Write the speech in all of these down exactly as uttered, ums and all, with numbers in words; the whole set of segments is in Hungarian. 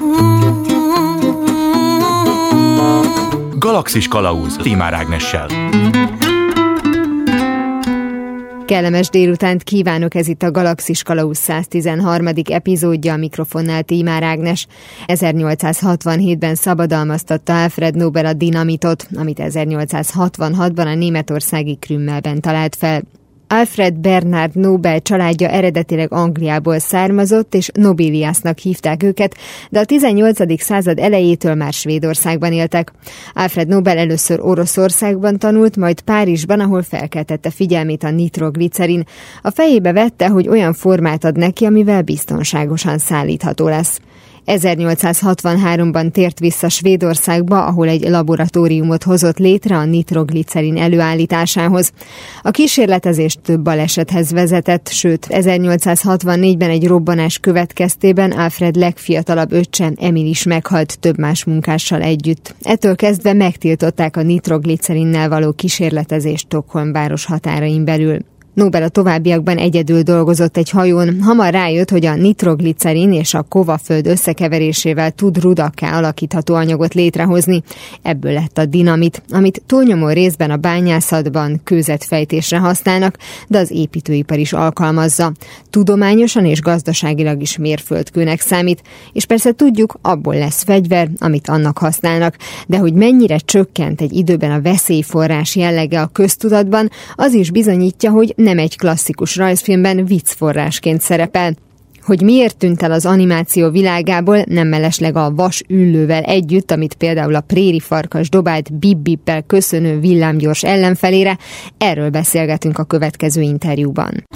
Galaxis Kalauz Tímár Ágnessel. Kellemes délutánt kívánok, ez itt a Galaxis Kalauz száztizenharmadik epizódja, a mikrofonnál Tímár Ágnes. ezernyolcszázhatvanhétben szabadalmaztatta Alfred Nobel a dinamitot, amit ezernyolcszázhatvanhatban a németországi Krümmelben talált fel. Alfred Bernard Nobel családja eredetileg Angliából származott, és nobiliasnak hívták őket, de a tizennyolcadik század elejétől már Svédországban éltek. Alfred Nobel először Oroszországban tanult, majd Párizsban, ahol felkeltette figyelmét a nitroglicerin. A fejébe vette, hogy olyan formát ad neki, amivel biztonságosan szállítható lesz. ezernyolcszázhatvanháromban tért vissza Svédországba, ahol egy laboratóriumot hozott létre a nitroglicerin előállításához. A kísérletezés több balesethez vezetett, sőt ezernyolcszázhatvannégyben egy robbanás következtében Alfred legfiatalabb öccse, Emil is meghalt több más munkással együtt. Ettől kezdve megtiltották a nitroglicerinnel való kísérletezést Stockholm város határain belül. Nobel a továbbiakban egyedül dolgozott egy hajón, hamar rájött, hogy a nitroglicerin és a kovaföld összekeverésével tud rudakká alakítható anyagot létrehozni. Ebből lett a dinamit, amit túlnyomó részben a bányászatban kőzetfejtésre használnak, de az építőipar is alkalmazza. Tudományosan és gazdaságilag is mérföldkőnek számít, és persze tudjuk, abból lesz fegyver, amit annak használnak, de hogy mennyire csökkent egy időben a veszélyforrás jellege a köztudatban, az is bizonyítja, hogy nem egy klasszikus rajzfilmben viccforrásként szerepel. Hogy miért tűnt el az animáció világából, nem mellesleg a vas üllővel együtt, amit például a préri farkas dobált bip-bippel köszönő villámgyors ellenfelére, erről beszélgetünk a következő interjúban.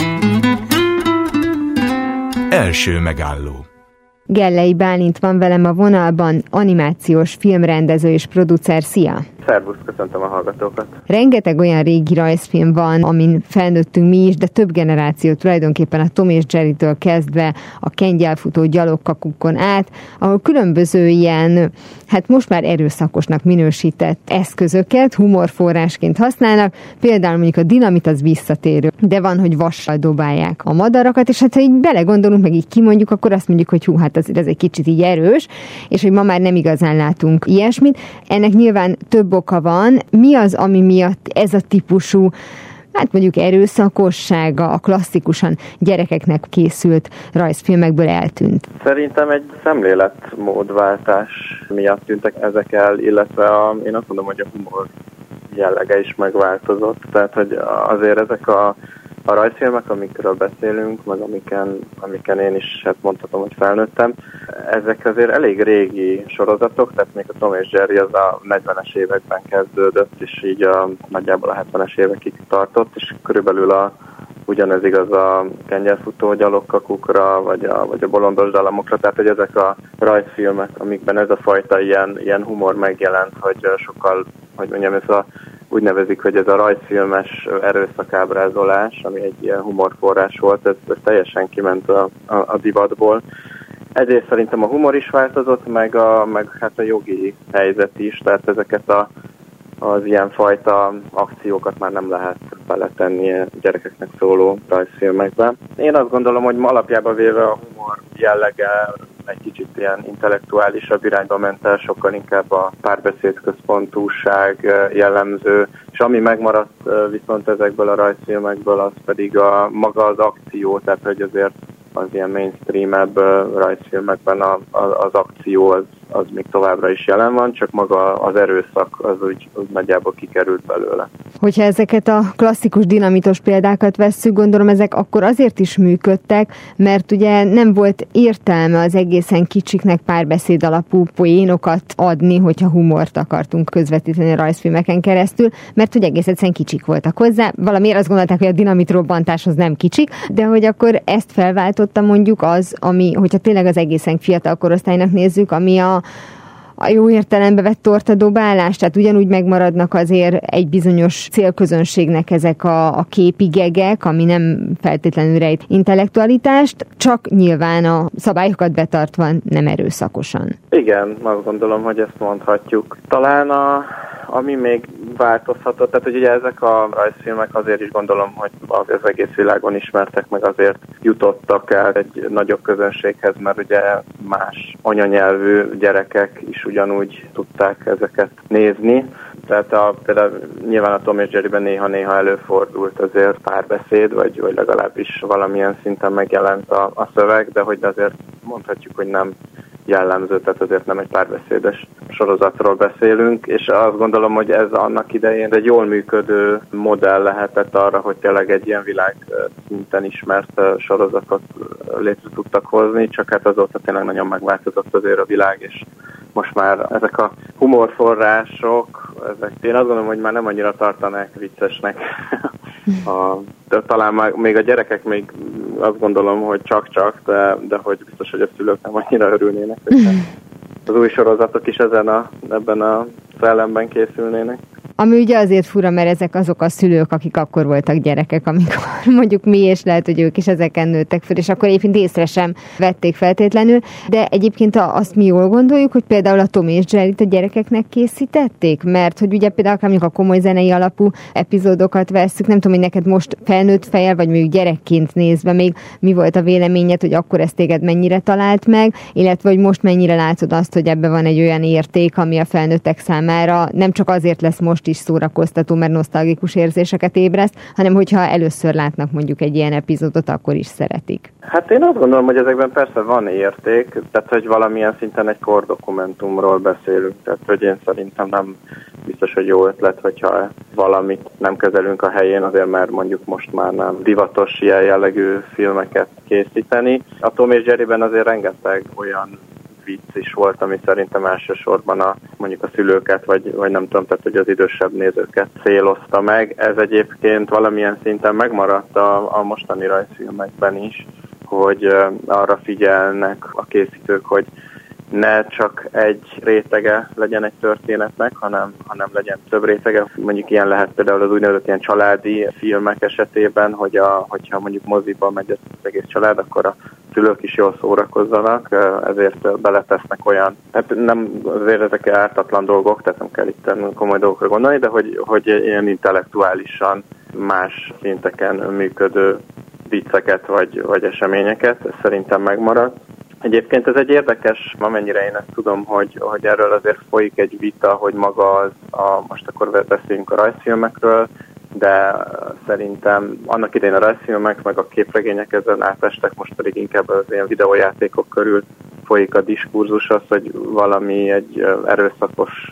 Első megálló. Gellei Bálint van velem a vonalban, animációs filmrendező és producer. Szia! Szervusz, köszöntöm a hallgatókat! Rengeteg olyan régi rajzfilm van, amin felnőttünk mi is, de több generáció tulajdonképpen a Tom és Jerrytől kezdve a kengyelfutó gyalogkakukon át, ahol különböző ilyen, hát most már erőszakosnak minősített eszközöket humorforrásként használnak, például mondjuk a dinamit az visszatérő, de van, hogy vassal dobálják a madarakat, és hát ha így belegondolunk, meg így kimondjuk, akkor azt mondjuk, hogy hú, hát azért ez egy kicsit így erős, és hogy ma már nem igazán látunk ilyesmit. Ennek nyilván több oka van. Mi az, ami miatt ez a típusú, hát mondjuk erőszakossága a klasszikusan gyerekeknek készült rajzfilmekből eltűnt? Szerintem egy szemléletmódváltás miatt tűntek ezek el, illetve a, én azt mondom, hogy a humor jellege is megváltozott. Tehát, hogy azért ezek a A rajzfilmek, amikről beszélünk, meg amiken, amiken én is hát mondhatom, hogy felnőttem, ezek azért elég régi sorozatok, tehát még a Tom és Jerry az a negyvenes években kezdődött, és így a, nagyjából a hetvenes évekig tartott, és körülbelül a, ugyanez igaz a kengyelfutó gyalogkakukra, vagy a, vagy a bolondos dallamokra, tehát hogy ezek a rajzfilmek, amikben ez a fajta ilyen, ilyen humor megjelent, hogy sokkal, hogy mondjam, ez a úgy nevezik, hogy ez a rajzfilmes erőszakábrázolás, ami egy ilyen humorforrás volt, ez, ez teljesen kiment a, a, a divatból. Egyrészt szerintem a humor is változott, meg a, meg hát a jogi helyzet is, tehát ezeket a, az ilyenfajta akciókat már nem lehet beletenni gyerekeknek szóló rajzfilmekbe. Én azt gondolom, hogy alapjában véve a humor jellege egy kicsit ilyen intellektuálisabb irányba ment el, sokkal inkább a párbeszédközpontúság jellemző, és ami megmaradt viszont ezekből a rajzfilmekből, az pedig a maga az akció, tehát hogy azért az ilyen mainstream-ebb rajzfilmekben a, a, az akció az, az még továbbra is jelen van, csak maga az erőszak az úgy, úgy nagyjából kikerült belőle. Hogyha ezeket a klasszikus dinamitos példákat vesszük, gondolom ezek akkor azért is működtek, mert ugye nem volt értelme az egészen kicsiknek párbeszéd alapú poénokat adni, hogyha humort akartunk közvetíteni a rajzfilmeken keresztül, mert hogy egész egyszerűen kicsik voltak hozzá. Valamiért azt gondolták, hogy a dinamit robbantás az nem kicsik, de hogy akkor ezt felváltotta mondjuk az, ami, hogyha tényleg az egészen fiatal korosztálynak nézzük, ami a a jó értelembe vett tortadobálás, tehát ugyanúgy megmaradnak azért egy bizonyos célközönségnek ezek a, a képi gegek, ami nem feltétlenül rejt intellektualitást, csak nyilván a szabályokat betartva, nem erőszakosan. Igen, azt gondolom, hogy ezt mondhatjuk. Talán a, ami még változhatott. Tehát, hogy ugye ezek a rajzfilmek azért is gondolom, hogy az egész világon ismertek, meg azért jutottak el egy nagyobb közönséghez, mert ugye más anyanyelvű gyerekek is ugyanúgy tudták ezeket nézni. Tehát a, például nyilván a Tom és Jerryben néha-néha előfordult azért párbeszéd, vagy, vagy legalábbis valamilyen szinten megjelent a, a szöveg, de hogy azért mondhatjuk, hogy nem jellemző, tehát azért nem egy párbeszédes sorozatról beszélünk, és azt gondolom, hogy ez annak idején egy jól működő modell lehetett arra, hogy tényleg egy ilyen világ szinten ismert sorozatot létre tudtak hozni, csak hát azóta tényleg nagyon megváltozott azért a világ, és most már ezek a humorforrások, ezek, én azt gondolom, hogy már nem annyira tartanák viccesnek. a, de talán már, még a gyerekek még azt gondolom, hogy csak-csak, de, de hogy biztos, hogy a szülők nem annyira örülnének, hogy az új sorozatok is ezen a, ebben a szellemben készülnének. Ami ugye azért fura, mert ezek azok a szülők, akik akkor voltak gyerekek, amikor mondjuk mi, és lehet, hogy ők is ezeken nőttek föl, és akkor egyébként észre sem vették feltétlenül, de egyébként azt mi jól gondoljuk, hogy például a Tom és Jerryt a gyerekeknek készítették, mert hogy ugye például mondjuk a komoly zenei alapú epizódokat vesszük, nem tudom, hogy neked most felnőtt fejjel, vagy mondjuk gyerekként nézve még mi volt a véleményed, hogy akkor ezt téged mennyire talált meg, illetve hogy most mennyire látod azt, hogy ebben van egy olyan érték, ami a felnőttek számára nem csak azért lesz most is szórakoztató, mert nosztalgikus érzéseket ébreszt, hanem hogyha először látnak mondjuk egy ilyen epizódot, akkor is szeretik. Hát én azt gondolom, hogy ezekben persze van érték, tehát hogy valamilyen szinten egy kordokumentumról beszélünk, tehát hogy én szerintem nem biztos, hogy jó ötlet, hogyha valamit nem kezelünk a helyén, azért mert mondjuk most már nem divatos ilyen jellegű filmeket készíteni. A Tom és Jerryben azért rengeteg olyan vicc is volt, ami szerintem elsősorban a, mondjuk a szülőket, vagy, vagy nem tudom, tehát hogy az idősebb nézőket célozta meg. Ez egyébként valamilyen szinten megmaradt a, a mostani rajzfilmekben is, hogy uh, arra figyelnek a készítők, hogy ne csak egy rétege legyen egy történetnek, hanem, hanem legyen több rétege. Mondjuk ilyen lehet például az úgynevezett ilyen családi filmek esetében, hogy a, hogyha mondjuk moziba megy az egész család, akkor a szülők is jól szórakozzanak, ezért beletesznek olyan, hát nem azért ezek ártatlan dolgok, tehát nem kell itt komoly dolgokra gondolni, de hogy, hogy ilyen intellektuálisan más szinteken működő vicceket vagy, vagy eseményeket, ez szerintem megmaradt. Egyébként ez egy érdekes, amennyire én ezt tudom, hogy, hogy erről azért folyik egy vita, hogy maga az, a, most akkor beszéljünk a rajzfilmekről, de szerintem annak idején a rajzfilmek, meg a képregények ezen átestek, most pedig inkább az ilyen videójátékok körül folyik a diskurzus az, hogy valami egy erőszakos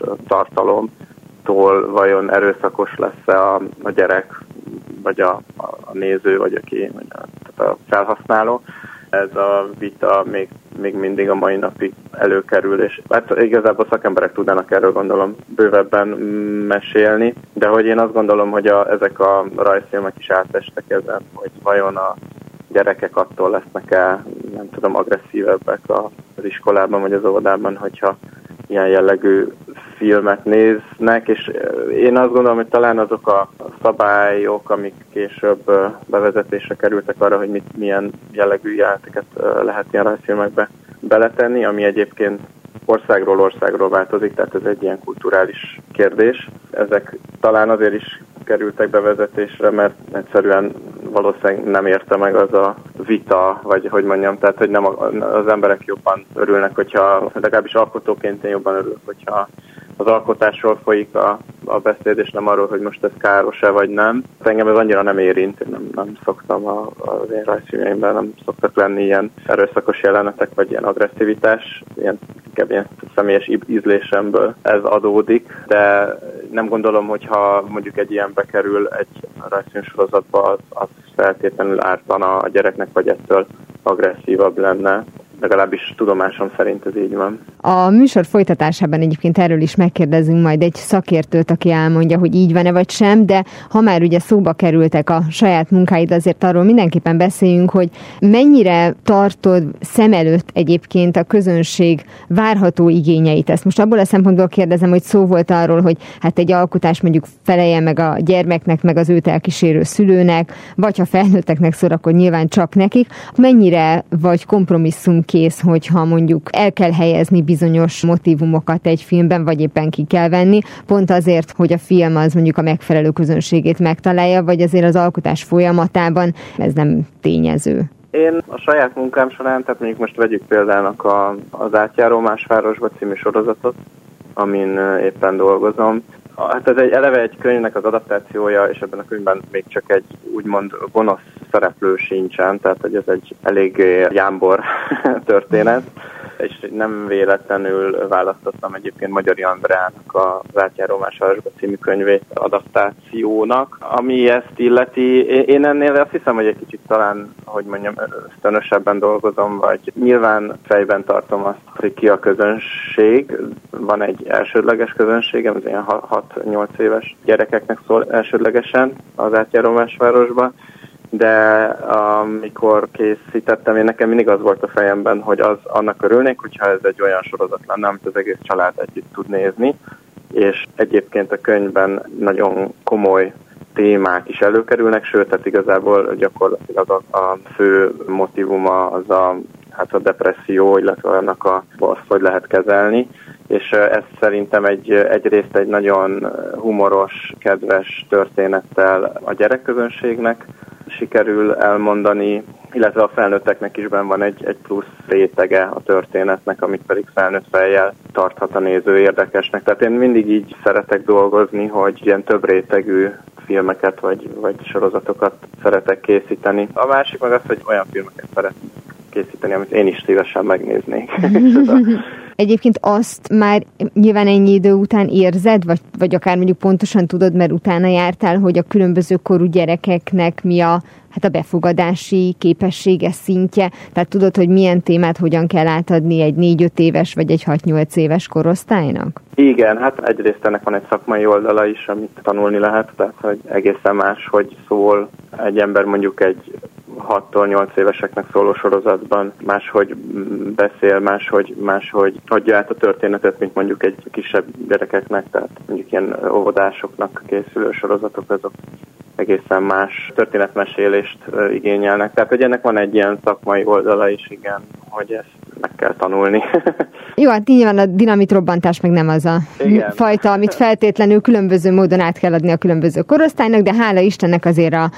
tartalomtól vajon erőszakos lesz-e a, a gyerek, vagy a, a néző, vagy aki, vagy a, tehát a felhasználó. Ez a vita még, még mindig a mai napig előkerül, és hát igazából szakemberek tudnának erről gondolom bővebben mesélni, de hogy én azt gondolom, hogy a, ezek a rajzfilmek is átestek ezen, hogy vajon a gyerekek attól lesznek el, nem tudom, agresszívebbek az iskolában vagy az óvodában, hogyha ilyen jellegű filmet néznek, és én azt gondolom, hogy talán azok a szabályok, amik később bevezetésre kerültek arra, hogy mit, milyen jellegű jeleneteket lehet ilyen rajzfilmekbe beletenni, ami egyébként országról országról változik, tehát ez egy ilyen kulturális kérdés. Ezek talán azért is kerültek bevezetésre, mert egyszerűen valószínűleg nem érte meg az a vita, vagy hogy mondjam, tehát hogy nem az emberek jobban örülnek, hogyha, legalábbis alkotóként én jobban örülök, hogyha az alkotásról folyik a, a beszéd, és nem arról, hogy most ez káros-e vagy nem. Engem ez annyira nem érint, én nem, nem szoktam a, az én rajzfilmeimben, nem szoktak lenni ilyen erőszakos jelenetek, vagy ilyen agresszivitás, ilyen, inkább ilyen személyes ízlésemből ez adódik, de nem gondolom, hogyha mondjuk egy ilyen bekerül egy rajzfilmsorozatba, az, az feltétlenül ártana a gyereknek, vagy ettől agresszívabb lenne. Legalábbis tudomásom szerint ez így van. A műsor folytatásában egyébként erről is megkérdezünk majd egy szakértőt, aki elmondja, hogy így van-e vagy sem, de ha már ugye szóba kerültek a saját munkáid, azért arról mindenképpen beszéljünk, hogy mennyire tartod szem előtt egyébként a közönség várható igényeit. Ezt most abból a szempontból kérdezem, hogy szó volt arról, hogy hát egy alkotás mondjuk feleljen meg a gyermeknek, meg az őt elkísérő szülőnek, vagy ha felnőtteknek szól, akkor nyilván csak nekik. Mennyire vagy kompromisszum kész, hogyha mondjuk el kell helyezni bizonyos motívumokat egy filmben, vagy éppen ki kell venni, pont azért, hogy a film az mondjuk a megfelelő közönségét megtalálja, vagy azért az alkotás folyamatában ez nem tényező? Én a saját munkám során, tehát mondjuk most vegyük példának a, az Átjáró Másvárosba című sorozatot, amin éppen dolgozom. Hát ez egy eleve egy könyvnek az adaptációja, és ebben a könyvben még csak egy úgymond gonosz szereplő sincsen, tehát hogy ez egy elég jámbor történet, és nem véletlenül választottam egyébként Magyari Andrának az Átjáró Másvárosba című könyvét adaptációnak. Ami ezt illeti, én ennél azt hiszem, hogy egy kicsit talán, hogy mondjam, ösztönösebben dolgozom, vagy nyilván fejben tartom azt, hogy ki a közönség. Van egy elsődleges közönségem, ez ilyen hat-nyolc éves gyerekeknek szól elsődlegesen az Átjáró Másvárosba, de amikor készítettem, én nekem mindig az volt a fejemben, hogy az annak örülnék, hogyha ez egy olyan sorozat lenne, amit az egész család együtt tud nézni, és egyébként a könyvben nagyon komoly témák is előkerülnek, sőt, tehát igazából gyakorlatilag a, a fő motívuma az a, hát a depresszió, illetve annak a, azt, hogy lehet kezelni, és ez szerintem egy, egyrészt egy nagyon humoros, kedves történettel a gyerekközönségnek sikerül elmondani, illetve a felnőtteknek is benn van egy, egy plusz rétege a történetnek, amit pedig felnőtt fejjel tarthat a néző érdekesnek. Tehát én mindig így szeretek dolgozni, hogy ilyen több rétegű filmeket vagy, vagy sorozatokat szeretek készíteni. A másik meg az, hogy olyan filmeket szeretnék készíteni, amit én is szívesen megnéznék. Egyébként azt már nyilván ennyi idő után érzed, vagy, vagy akár mondjuk pontosan tudod, mert utána jártál, hogy a különböző korú gyerekeknek mi a, hát a befogadási képessége szintje, tehát tudod, hogy milyen témát hogyan kell átadni egy négy-öt éves vagy egy hat-nyolc éves korosztálynak? Igen, hát egyrészt ennek van egy szakmai oldala is, amit tanulni lehet, tehát hogy egészen más, hogy szól egy ember mondjuk egy hattól nyolc éveseknek szóló sorozatban, máshogy beszél, máshogy, máshogy adja át a történetet, mint mondjuk egy kisebb gyerekeknek, tehát mondjuk ilyen óvodásoknak készülő sorozatok, azok egészen más történetmesélést igényelnek. Tehát, hogy ennek van egy ilyen szakmai oldala is, igen, hogy ezt meg kell tanulni. Jó, hát nyilván a dinamitrobbantás meg nem az a igen. fajta, amit feltétlenül különböző módon át kell adni a különböző korosztálynak, de hála Istennek azért a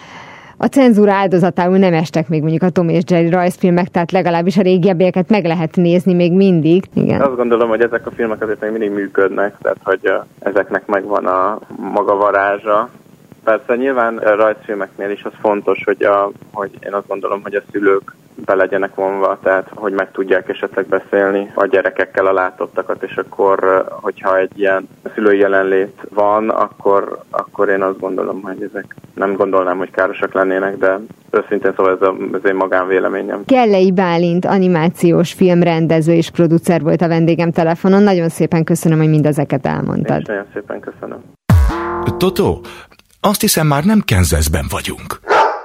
A cenzúra áldozatául nem estek még mondjuk a Tom és Jerry rajzfilmek, tehát legalábbis a régebbieket meg lehet nézni még mindig. Igen. Azt gondolom, hogy ezek a filmek azért még mindig működnek, tehát hogy ezeknek megvan a maga varázsa. Persze nyilván a rajzfilmeknél is az fontos, hogy, a, hogy én azt gondolom, hogy a szülők be legyenek vonva, tehát hogy meg tudják esetleg beszélni a gyerekekkel a látottakat, és akkor, hogyha egy ilyen szülői jelenlét van, akkor, akkor én azt gondolom, hogy ezek nem gondolnám, hogy károsak lennének, de őszintén szóval ez, a, ez egy magánvéleményem. Kellei Bálint animációs filmrendező és producer volt a vendégem telefonon. Nagyon szépen köszönöm, hogy mindezeket elmondtad. Én is nagyon szépen köszönöm. Totó, azt hiszem már nem Kansasben vagyunk.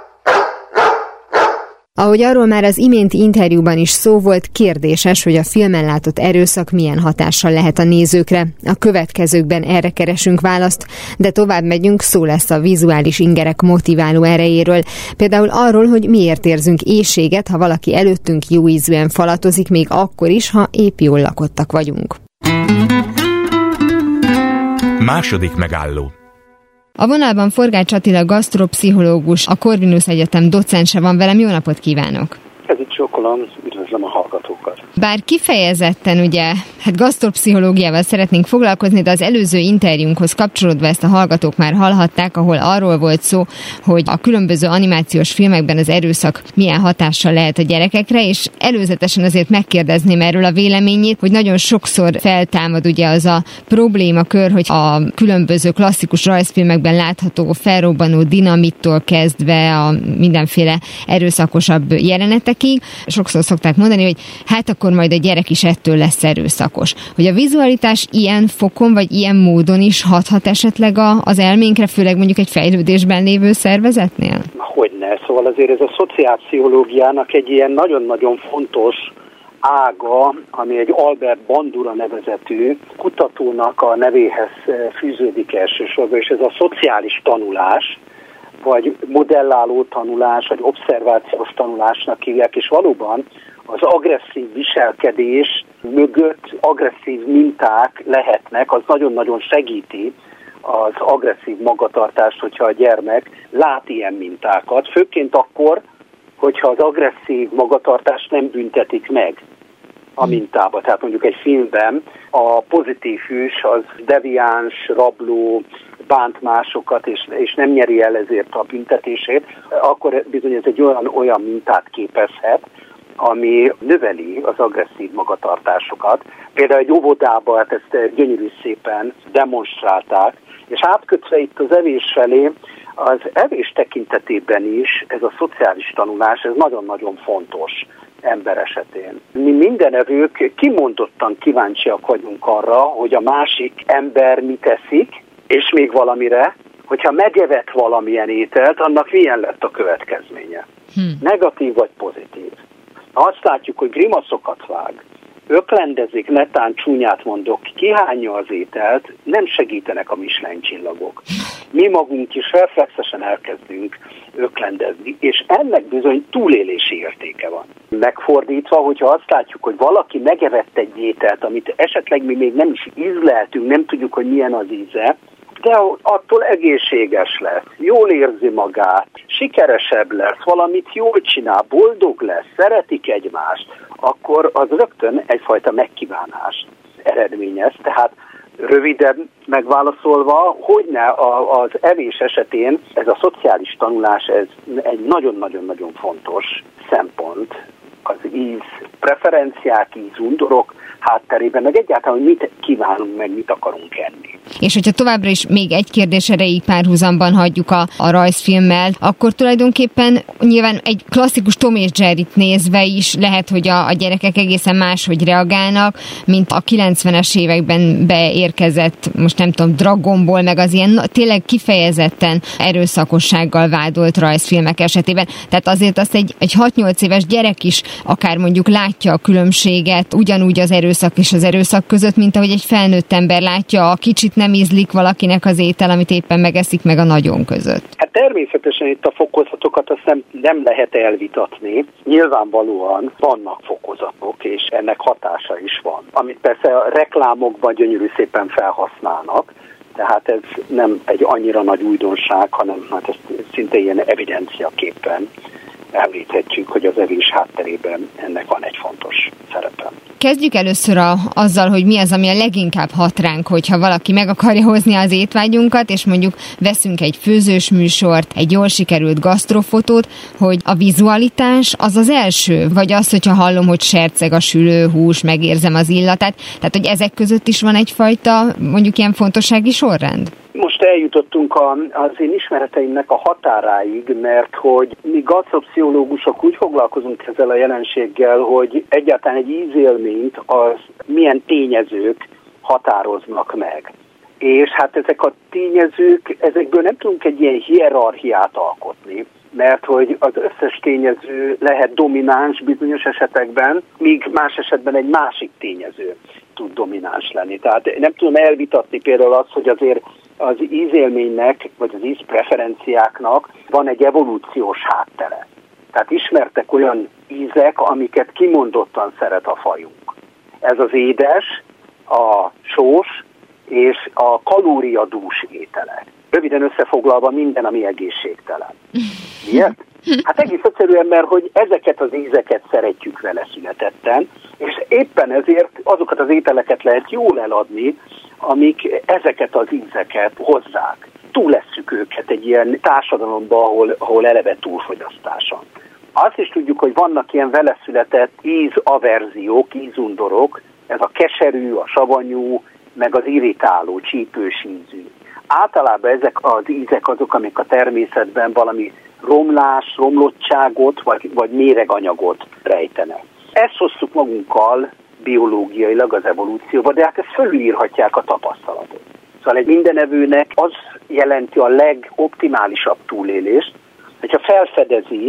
Ahogy arról már az iménti interjúban is szó volt, kérdéses, hogy a filmen látott erőszak milyen hatással lehet a nézőkre. A következőkben erre keresünk választ, de tovább megyünk, szó lesz a vizuális ingerek motiváló erejéről. Például arról, hogy miért érzünk éhséget, ha valaki előttünk jóízűen falatozik, még akkor is, ha épp jól lakottak vagyunk. Második megálló. A vonalban Forgács Attila gasztropszichológus, a Corvinus Egyetem docense van velem. Jó napot kívánok! Ez itt Csókolom, üdvözlöm a hallgatókat! Bár kifejezetten ugye, hát gasztropszichológiával szeretnénk foglalkozni, de az előző interjúnkhoz kapcsolódva ezt a hallgatók már hallhatták, ahol arról volt szó, hogy a különböző animációs filmekben az erőszak milyen hatással lehet a gyerekekre, és előzetesen azért megkérdezném erről a véleményét, hogy nagyon sokszor feltámad ugye az a problémakör, hogy a különböző klasszikus rajzfilmekben látható felrobbanó dinamittól kezdve a mindenféle erőszakosabb jelenetekig, sokszor szokták mondani, hogy hát akkor majd a gyerek is ettől lesz erőszakos. Hogy a vizualitás ilyen fokon, vagy ilyen módon is hathat esetleg a, az elménkre, főleg mondjuk egy fejlődésben lévő szervezetnél? Hogyne, szóval azért ez a szociálpszichológiának egy ilyen nagyon-nagyon fontos ága, ami egy Albert Bandura nevezetű kutatónak a nevéhez fűződik elsősorban, és ez a szociális tanulás, vagy modelláló tanulás, vagy obszervációs tanulásnak hívják, és valóban az agresszív viselkedés mögött agresszív minták lehetnek, az nagyon-nagyon segíti az agresszív magatartást, hogyha a gyermek lát ilyen mintákat, főként akkor, hogyha az agresszív magatartást nem büntetik meg a mintába. Tehát mondjuk egy filmben a pozitív hős az deviáns, rabló, bánt másokat, és, és nem nyeri el ezért a büntetését, akkor bizony ez egy olyan, olyan mintát képezhet, ami növeli az agresszív magatartásokat. Például egy óvodában hát ezt gyönyörű szépen demonstrálták, és átkötve itt az evés felé, az evés tekintetében is ez a szociális tanulás, ez nagyon-nagyon fontos ember esetén. Mi minden evők kimondottan kíváncsiak vagyunk arra, hogy a másik ember mit eszik, és még valamire, hogyha megevett valamilyen ételt, annak milyen lett a következménye. Hm. Negatív vagy pozitív. Ha azt látjuk, hogy grimaszokat vág, öklendezik, netán csúnyát mondok, kihányja az ételt, nem segítenek a Michelin csillagok. Mi magunk is reflexesen elkezdünk öklendezni, és ennek bizony túlélési értéke van. Megfordítva, hogyha azt látjuk, hogy valaki megevett egy ételt, amit esetleg mi még nem is ízleltünk, nem tudjuk, hogy milyen az íze, de attól egészséges lesz, jól érzi magát, sikeresebb lesz, valamit jól csinál, boldog lesz, szeretik egymást, akkor az rögtön egyfajta megkívánást eredményez. Tehát röviden megválaszolva, hogyne az evés esetén ez a szociális tanulás, ez egy nagyon-nagyon-nagyon fontos szempont. Az íz preferenciák, ízundorok hátterében, meg egyáltalán, hogy mit kívánunk, meg mit akarunk enni. És hogyha továbbra is még egy kérdés erejéig párhuzamban hagyjuk a, a rajzfilmmel, akkor tulajdonképpen nyilván egy klasszikus Tom és Jerryt nézve is lehet, hogy a, a gyerekek egészen máshogy reagálnak, mint a kilencvenes években beérkezett, most nem tudom, Dragon Ball, meg az ilyen tényleg kifejezetten erőszakossággal vádolt rajzfilmek esetében. Tehát azért azt egy, egy hat-nyolc éves gyerek is akár mondjuk látja a különbséget, ugyanúgy az erőszak és az erőszak között, mint ahogy egy felnőtt ember látja a kicsit nem ízlik valakinek az étel, amit éppen megeszik, meg a nagyon között. Hát természetesen itt a fokozatokat azt nem, nem lehet elvitatni. Nyilvánvalóan vannak fokozatok, és ennek hatása is van. Amit persze a reklámokban gyönyörű szépen felhasználnak, tehát ez nem egy annyira nagy újdonság, hanem hát ez szinte ilyen evidenciaképpen említhetjük, hogy az evés hátterében ennek van egy fontos szerepe. Kezdjük először a, azzal, hogy mi az, ami a leginkább hat ránk, hogyha valaki meg akarja hozni az étvágyunkat, és mondjuk veszünk egy főzős műsort, egy jól sikerült gasztrofotót, hogy a vizualitás az az első, vagy az, hogyha hallom, hogy serceg a sülőhús, megérzem az illatát, tehát hogy ezek között is van egyfajta, mondjuk ilyen fontossági sorrend? Most eljutottunk a, az én ismereteimnek a határáig, mert hogy mi gasztropszichológusok úgy foglalkozunk ezzel a jelenséggel, hogy egyáltalán egy ízélményt az milyen tényezők határoznak meg. És hát ezek a tényezők, ezekből nem tudunk egy ilyen hierarchiát alkotni, mert hogy az összes tényező lehet domináns bizonyos esetekben, míg más esetben egy másik tényező tud domináns lenni. Tehát nem tudom elvitatni például azt, hogy azért az ízélménynek, vagy az ízpreferenciáknak van egy evolúciós háttere. Tehát ismertek olyan ízek, amiket kimondottan szeret a fajunk. Ez az édes, a sós és a kalóriadús ételek. Röviden összefoglalva minden, ami egészségtelen. Miért? Hát egész egyszerűen, mert hogy ezeket az ízeket szeretjük vele születetten, és éppen ezért azokat az ételeket lehet jól eladni, amik ezeket az ízeket hozzák. Túlesszük őket egy ilyen társadalomban, ahol, ahol eleve túlfogyasztása. Azt is tudjuk, hogy vannak ilyen vele született ízaverziók, ízundorok, ez a keserű, a savanyú, meg az irritáló, csípős ízű. Általában ezek az ízek azok, amik a természetben valami romlás, romlottságot, vagy, vagy méreganyagot rejtenek. Ezt hoztuk magunkkal biológiailag az evolúcióba, de hát ezt fölülírhatják a tapasztalatot. Szóval egy mindenevőnek az jelenti a legoptimálisabb túlélést, hogyha felfedezi,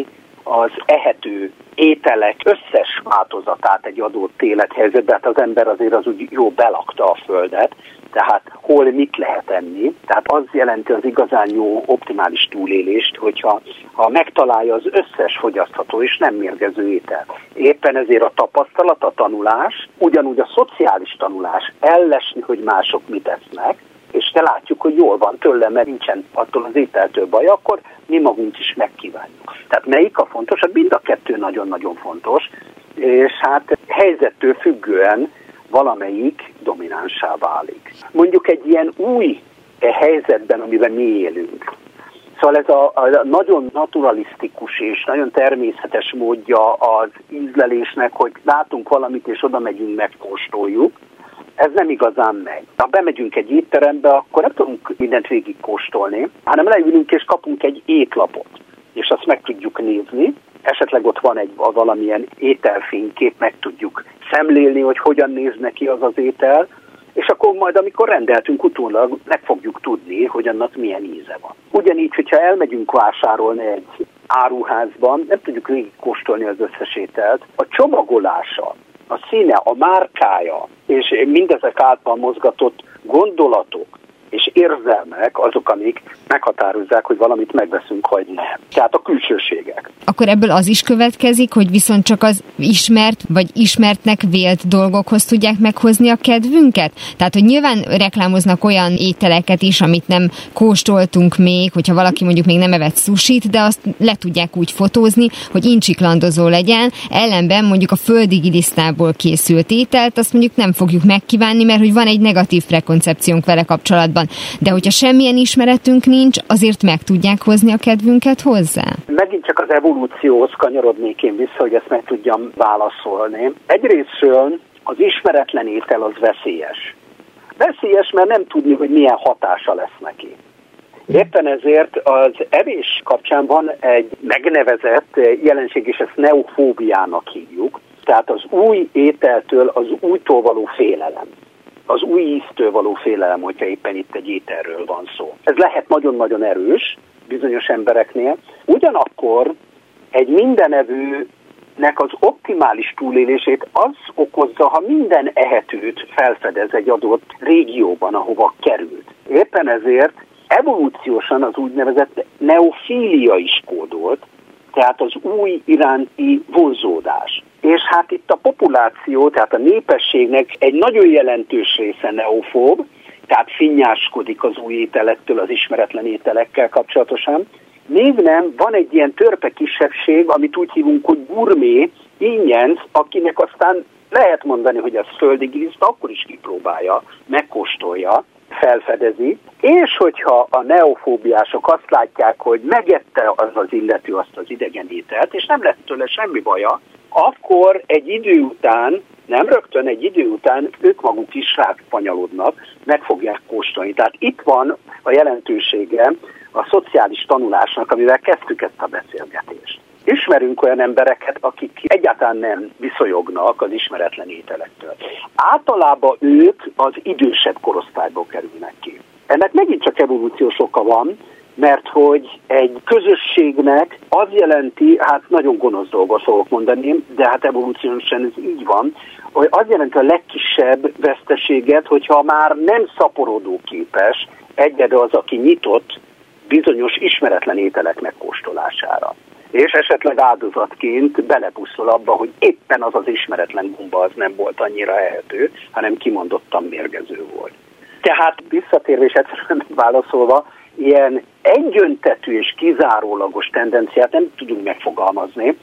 az ehető ételek összes változatát egy adott élethelyzetben, hát az ember azért az úgy jó belakta a földet, tehát hol mit lehet enni, tehát az jelenti az igazán jó optimális túlélést, hogyha ha megtalálja az összes fogyasztható és nem mérgező ételt. Éppen ezért a tapasztalat, a tanulás, ugyanúgy a szociális tanulás, ellesni, hogy mások mit esznek, és te látjuk, hogy jól van tőlem, mert nincsen attól az ételtől baj, akkor mi magunk is megkívánjuk. Tehát melyik a fontos? Hát mind a kettő nagyon-nagyon fontos, és hát helyzettől függően valamelyik dominánssá válik. Mondjuk egy ilyen új helyzetben, amiben mi élünk. Szóval ez a, a nagyon naturalisztikus és nagyon természetes módja az ízlelésnek, hogy látunk valamit és oda megyünk, megkóstoljuk, ez nem igazán megy. Ha bemegyünk egy étterembe, akkor nem tudunk mindent végig kóstolni, hanem leülünk és kapunk egy étlapot, és azt meg tudjuk nézni, esetleg ott van egy valamilyen ételfénykép, meg tudjuk szemlélni, hogy hogyan néz neki az az étel, és akkor majd, amikor rendeltünk utólag, meg fogjuk tudni, hogy annak milyen íze van. Ugyanígy, hogyha elmegyünk vásárolni egy áruházban, nem tudjuk végig kóstolni az összes ételt, a csomagolása, a színe, a márkája, és mindezek által mozgatott gondolatok és érzelmek azok, amik meghatározzák, hogy valamit megveszünk, vagy nem. Tehát a külsőségek. Akkor ebből az is következik, hogy viszont csak az ismert, vagy ismertnek vélt dolgokhoz tudják meghozni a kedvünket? Tehát, hogy nyilván reklámoznak olyan ételeket is, amit nem kóstoltunk még, hogyha valaki mondjuk még nem evett sushit, de azt le tudják úgy fotózni, hogy incsiklandozó legyen, ellenben mondjuk a földi gilisztából készült ételt, azt mondjuk nem fogjuk megkívánni, mert hogy van egy negatív prekoncepciónk vele kapcsolatban. De hogyha semmilyen ismeretünk nincs, azért meg tudják hozni a kedvünket hozzá? Megint csak az evolúcióhoz kanyarodnék én vissza, hogy ezt meg tudjam válaszolni. Egyrésztről az ismeretlen étel az veszélyes. Veszélyes, mert nem tudni, hogy milyen hatása lesz neki. Éppen ezért az evés kapcsán van egy megnevezett jelenség, és ezt neofóbiának hívjuk. Tehát az új ételtől az újtól való félelem. Az új íztől való félelem, hogyha éppen itt egy ételről van szó. Ez lehet nagyon-nagyon erős bizonyos embereknél. Ugyanakkor egy mindenevőnek az optimális túlélését az okozza, ha minden ehetőt felfedez egy adott régióban, ahova került. Éppen ezért evolúciósan az úgynevezett neofília is kódolt, tehát az új iránti vonzódás. És hát itt a populáció, tehát a népességnek egy nagyon jelentős része neofób, tehát finnyáskodik az új ételektől, az ismeretlen ételekkel kapcsolatosan. Még nem, van egy ilyen törpe kisebbség, amit úgy hívunk, hogy gurmé, ingyenc, akinek aztán lehet mondani, hogy az földi giliszta, akkor is kipróbálja, megkóstolja, felfedezi, és hogyha a neofóbiások azt látják, hogy megette az az illető azt az idegen ételt, és nem lett tőle semmi baja, akkor egy idő után, nem rögtön egy idő után ők maguk is rákpanyalodnak, meg fogják kóstolni. Tehát itt van a jelentősége a szociális tanulásnak, amivel kezdtük ezt a beszélgetést. Ismerünk olyan embereket, akik egyáltalán nem viszonyognak az ismeretlen ételektől. Általában ők az idősebb korosztályból kerülnek ki. Ennek megint csak evolúciós oka van, mert hogy egy közösségnek az jelenti, hát nagyon gonosz dolgot fogok mondani, de hát evolúciósan ez így van, hogy az jelenti a legkisebb veszteséget, hogyha már nem szaporodóképes egyedül az, aki nyitott bizonyos ismeretlen ételek megkóstolására. És esetleg áldozatként belepuszol abba, hogy éppen az az ismeretlen gomba az nem volt annyira ehető, hanem kimondottan mérgező volt. Tehát visszatérve és egyszerűen válaszolva, ilyen egyöntetű és kizárólagos tendenciát nem tudunk megfogalmazni,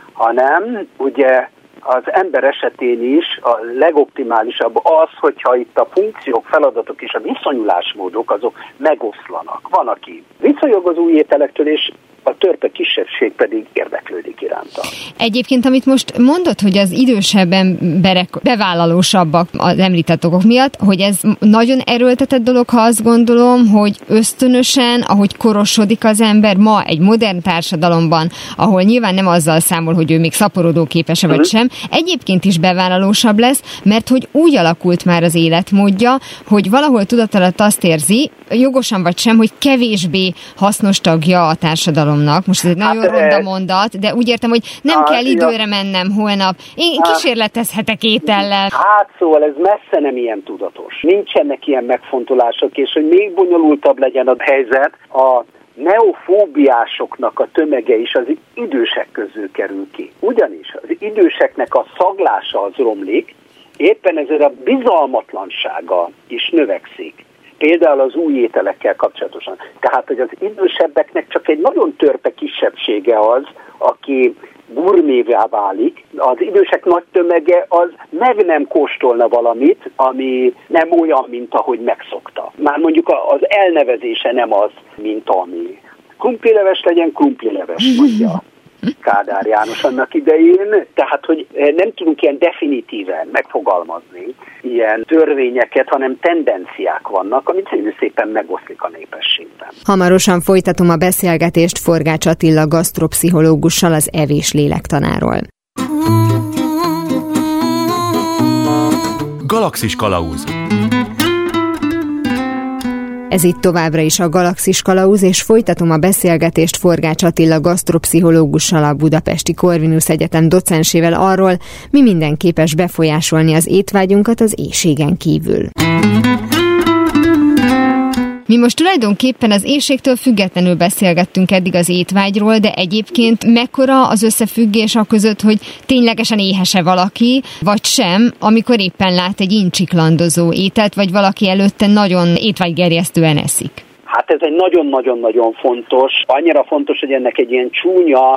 hanem ugye az ember esetén is a legoptimálisabb az, hogyha itt a funkciók, feladatok és a viszonyulásmódok azok megoszlanak. Van, aki viszonyog az új ételektől, és a törpe kisebbség pedig érdeklődik iránta. Egyébként, amit most mondod, hogy az idősebb emberek bevállalósabbak az említett okok miatt, hogy ez nagyon erőltetett dolog, ha azt gondolom, hogy ösztönösen, ahogy korosodik az ember ma egy modern társadalomban, ahol nyilván nem azzal számol, hogy ő még szaporodóképes vagy uh-huh. sem, egyébként is bevállalósabb lesz, mert hogy úgy alakult már az életmódja, hogy valahol tudatalatt azt érzi, jogosan vagy sem, hogy kevésbé hasznos tagja a társadalom társadalomnak. Most ez egy nagyon hát, ronda mondat, de úgy értem, hogy nem hát, kell időre mennem holnap. Én hát, kísérletezhetek étellel. Hát szóval ez messze nem ilyen tudatos. Nincsenek ilyen megfontolások, és hogy még bonyolultabb legyen a helyzet, a neofóbiásoknak a tömege is az idősek közül kerül ki. Ugyanis az időseknek a szaglása az romlik, éppen ezért a bizalmatlansága is növekszik. Például az új ételekkel kapcsolatosan. Tehát, hogy az idősebbeknek csak egy nagyon törpe kisebbsége az, aki gurmévá válik. Az idősek nagy tömege az meg nem kóstolna valamit, ami nem olyan, mint ahogy megszokta. Már mondjuk az elnevezése nem az, mint ami. Krumplileves legyen krumplileves, mondja Kádár János annak idején, tehát, hogy nem tudunk ilyen definitíven megfogalmazni ilyen törvényeket, hanem tendenciák vannak, amit nagyon szépen megoszlik a népességben. Hamarosan folytatom a beszélgetést Forgács Attila gasztropszichológussal, az evés lélektanáról. Galaxis Kalauz. Ez itt továbbra is a Galaxis Kalauz, és folytatom a beszélgetést Forgács Attila gasztropszichológussal, a Budapesti Corvinus Egyetem docensével arról, mi minden képes befolyásolni az étvágyunkat az éhségen kívül. Mi most tulajdonképpen az éhségtől függetlenül beszélgettünk eddig az étvágyról, de egyébként mekkora az összefüggés a között, hogy ténylegesen éhes-e valaki, vagy sem, amikor éppen lát egy incsiklandozó ételt, vagy valaki előtte nagyon étvágygerjesztően eszik? Hát ez egy nagyon-nagyon-nagyon fontos, annyira fontos, hogy ennek egy ilyen csúnya,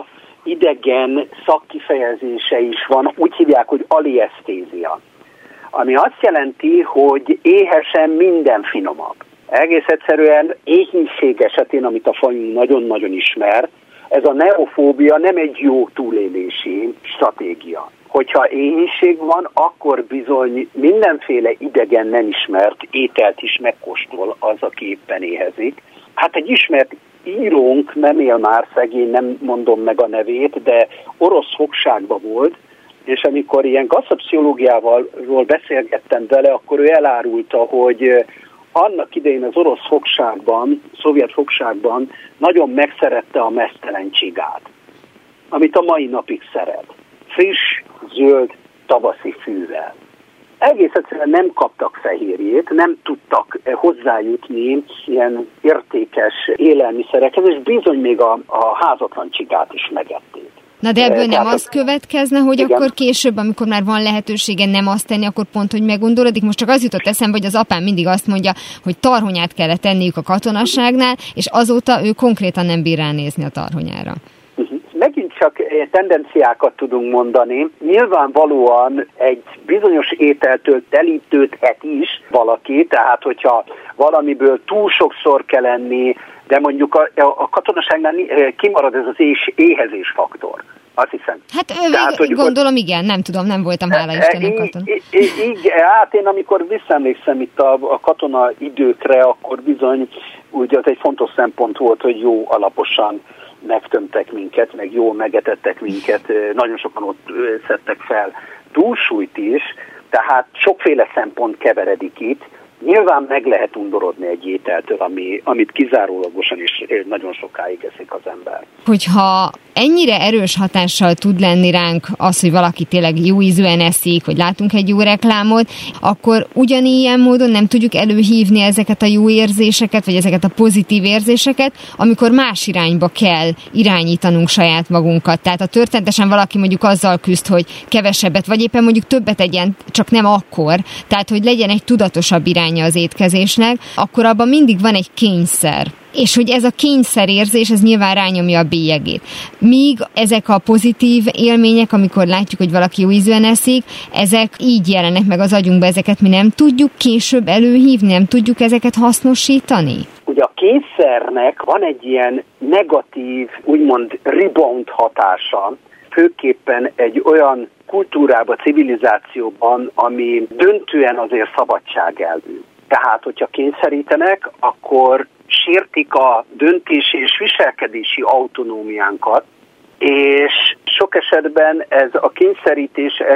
idegen szakkifejezése is van, úgy hívják, hogy aliesztézia. Ami azt jelenti, hogy éhesen minden finomabb. Egész egyszerűen éhínség esetén, amit a fajunk nagyon-nagyon ismer, ez a neofóbia nem egy jó túlélési stratégia. Hogyha éhínség van, akkor bizony mindenféle idegen nem ismert ételt is megkóstol az, aki éppen éhezik. Hát egy ismert írónk, nem él már szegény, nem mondom meg a nevét, de orosz fogságban volt, és amikor ilyen gasztropszichológiával beszélgettem vele, akkor ő elárulta, hogy annak idején az orosz fogságban, szovjet fogságban nagyon megszerette a meztelen csigát, amit a mai napig szeret. Friss, zöld, tavaszi fűvel. Egész egyszerűen nem kaptak fehérjét, nem tudtak hozzájutni ilyen értékes élelmiszerekhez, és bizony még a, a házatlan csigát is megették. Na de ebből nem az következne, hogy igen, akkor később, amikor már van lehetősége nem azt tenni, akkor pont, hogy meggondolodik. Most csak az jutott eszembe, hogy az apám mindig azt mondja, hogy tarhonyát kellett tenniük a katonaságnál, és azóta ő konkrétan nem bír ránézni a tarhonyára. Megint csak tendenciákat tudunk mondani. Nyilvánvalóan egy bizonyos ételtől telítődhet is valaki, tehát hogyha valamiből túl sokszor kell enni, de mondjuk a, a katonaságnál kimarad ez az éhes, éhezés faktor. Azt hiszem. Hát Tehát, hogy gondolom, igen, nem tudom, nem voltam, hála Istennek katona. Igen, hát én amikor visszaemlékszem itt a, a katona időkre, akkor bizony ugye az egy fontos szempont volt, hogy jó alaposan megtömtek minket, meg jól megetettek minket, nagyon sokan ott szedtek fel túlsúlyt is, tehát sokféle szempont keveredik itt. Nyilván meg lehet undorodni egy ételtől, ami, amit kizárólagosan is nagyon sokáig eszik az ember. Hogyha ennyire erős hatással tud lenni ránk az, hogy valaki tényleg jó ízűen eszik, hogy látunk egy jó reklámot, akkor ugyanilyen módon nem tudjuk előhívni ezeket a jó érzéseket, vagy ezeket a pozitív érzéseket, amikor más irányba kell irányítanunk saját magunkat. Tehát ha történetesen valaki mondjuk azzal küzd, hogy kevesebbet, vagy éppen mondjuk többet egyen, csak nem akkor, tehát hogy legyen egy tudatosabb irány az étkezésnek, akkor abban mindig van egy kényszer. És hogy ez a kényszerérzés, ez nyilván rányomja a bélyegét. Míg ezek a pozitív élmények, amikor látjuk, hogy valaki jó ízűen eszik, ezek így jelennek meg az agyunkba, ezeket mi nem tudjuk később előhívni, nem tudjuk ezeket hasznosítani? Ugye a kényszernek van egy ilyen negatív, úgymond rebound hatása, főképpen egy olyan kultúrában, civilizációban, ami döntően azért szabadságelvű. Tehát, hogyha kényszerítenek, akkor sértik a döntési és viselkedési autonómiánkat, és sok esetben ez a kényszerítés, ez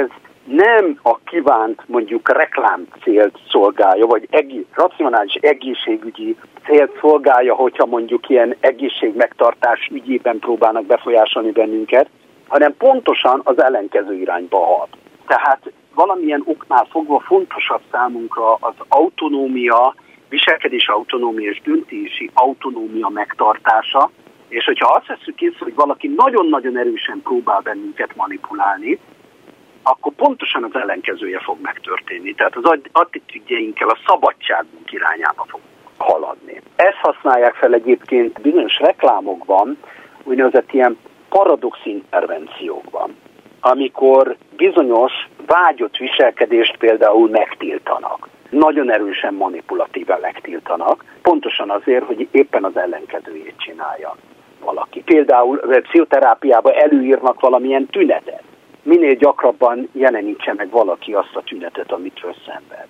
nem a kívánt mondjuk reklám célt szolgálja, vagy egész, racionális egészségügyi célt szolgálja, hogyha mondjuk ilyen egészségmegtartás ügyében próbálnak befolyásolni bennünket, hanem pontosan az ellenkező irányba hat. Tehát valamilyen oknál fogva fontosabb számunkra az autonómia, viselkedés autonómia és döntési autonómia megtartása, és hogyha azt veszük észre, hogy valaki nagyon-nagyon erősen próbál bennünket manipulálni, akkor pontosan az ellenkezője fog megtörténni. Tehát az attitűdjeinkkel a szabadságunk irányába fog haladni. Ezt használják fel egyébként bizonyos reklámokban, úgynevezett ilyen paradox intervenciókban, amikor bizonyos vágyott viselkedést például megtiltanak. Nagyon erősen manipulatíven megtiltanak, pontosan azért, hogy éppen az ellenkezőjét csinálja valaki. Például a pszichoterápiában előírnak valamilyen tünetet. Minél gyakrabban jelenítse meg valaki azt a tünetet, amitől szenved.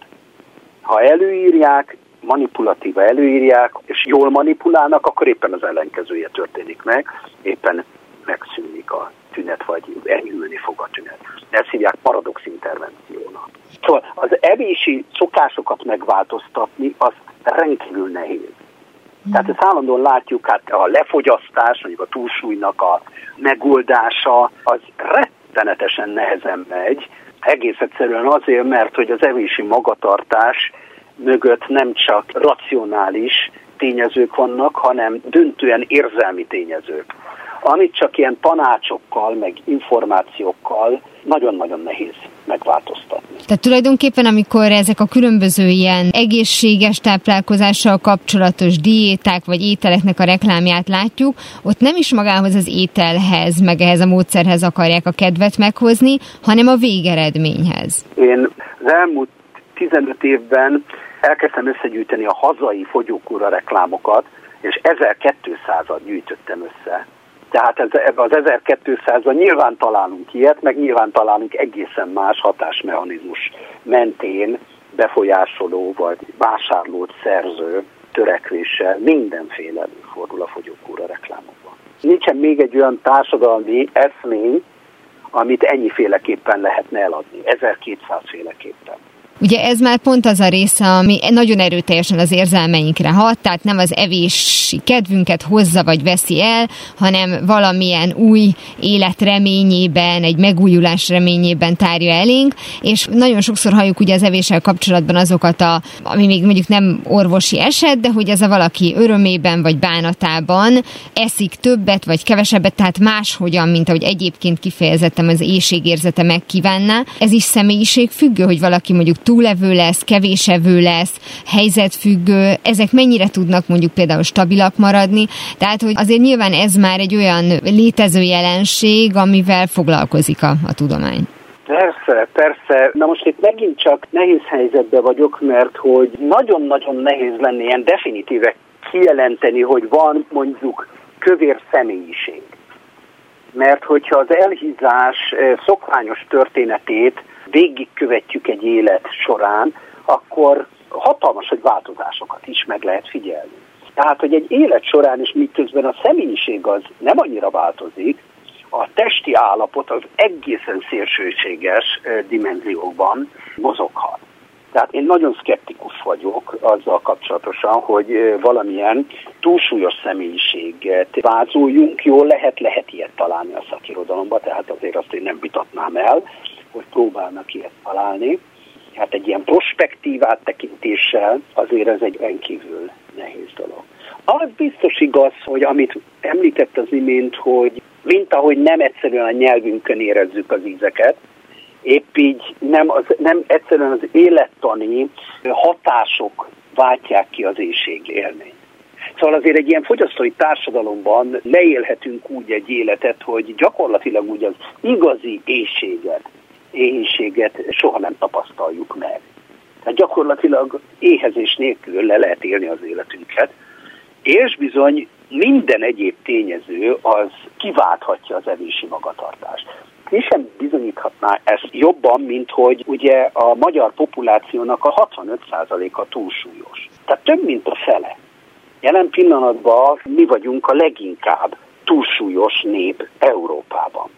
Ha előírják, manipulatíva előírják, és jól manipulálnak, akkor éppen az ellenkezője történik meg, éppen megszűnik a tünet, vagy enyhülni fog a tünet. Ezt hívják paradox intervenciónak. Szóval az evési szokásokat megváltoztatni, az rendkívül nehéz. Tehát ezt állandóan látjuk, hát a lefogyasztás, mondjuk a túlsúlynak a megoldása, az rettenetesen nehezen megy. Egész egyszerűen azért, mert hogy az evési magatartás mögött nem csak racionális tényezők vannak, hanem döntően érzelmi tényezők, amit csak ilyen tanácsokkal, meg információkkal nagyon-nagyon nehéz megváltoztatni. Tehát tulajdonképpen, amikor ezek a különböző ilyen egészséges táplálkozással kapcsolatos diéták vagy ételeknek a reklámját látjuk, ott nem is magához az ételhez, meg ehhez a módszerhez akarják a kedvet meghozni, hanem a végeredményhez. Én az elmúlt tizenöt évben elkezdtem összegyűjteni a hazai fogyókúra reklámokat, és ezerkétszázat gyűjtöttem össze. Tehát ebben az ezerkétszázban nyilván találunk ilyet, meg nyilván találunk egészen más hatásmechanizmus mentén befolyásoló vagy vásárlót szerző törekvéssel mindenféle előfordul a fogyókúra reklámokban. Nincsen még egy olyan társadalmi eszmény, amit ennyiféleképpen lehetne eladni, ezerkétszáz féleképpen. Ugye ez már pont az a része, ami nagyon erőteljesen az érzelmeinkre hat, tehát nem az evési kedvünket hozza vagy veszi el, hanem valamilyen új élet reményében, egy megújulás reményében tárja elénk, és nagyon sokszor halljuk ugye az evéssel kapcsolatban azokat, a, ami még mondjuk nem orvosi eset, de hogy ez a valaki örömében vagy bánatában eszik többet vagy kevesebbet, tehát máshogyan, mint ahogy egyébként kifejezettem az éhségérzete megkívánná. Ez is személyiségfüggő, hogy valaki mondjuk túlevő lesz, kevésevő lesz, helyzetfüggő, ezek mennyire tudnak mondjuk például stabilak maradni, tehát hogy azért nyilván ez már egy olyan létező jelenség, amivel foglalkozik a, a tudomány. Persze, persze. Na most itt megint csak nehéz helyzetben vagyok, mert hogy nagyon-nagyon nehéz lenne ilyen definitíve kijelenteni, hogy van mondjuk kövér személyiség. Mert hogyha az elhízás szokványos történetét végigkövetjük egy élet során, akkor hatalmas, hogy változásokat is meg lehet figyelni. Tehát, hogy egy élet során is miközben a személyiség az nem annyira változik, a testi állapot az egészen szélsőséges dimenziókban mozoghat. Tehát én nagyon szkeptikus vagyok azzal kapcsolatosan, hogy valamilyen túlsúlyos személyiséget vázoljunk. Jól lehet, lehet ilyet találni a szakirodalomban, tehát azért azt én nem vitatnám el, hogy próbálnak ilyet találni. Hát egy ilyen prospektív áttekintéssel azért ez egy rendkívül nehéz dolog. Az biztos igaz, hogy amit említett az imént, hogy mint ahogy nem egyszerűen a nyelvünkön érezzük az ízeket, épp így nem, az, nem egyszerűen az élettani hatások váltják ki az éhség élményt. Szóval azért egy ilyen fogyasztói társadalomban leélhetünk úgy egy életet, hogy gyakorlatilag úgy az igazi éhséget, éhséget soha nem tapasztaljuk meg. Tehát gyakorlatilag éhezés nélkül le lehet élni az életünket, és bizony minden egyéb tényező az kiválthatja az evési magatartást. Mi sem bizonyíthatná ezt jobban, mint hogy ugye a magyar populációnak a hatvanöt százaléka túlsúlyos. Tehát több, mint a fele. Jelen pillanatban mi vagyunk a leginkább túlsúlyos nép Európában.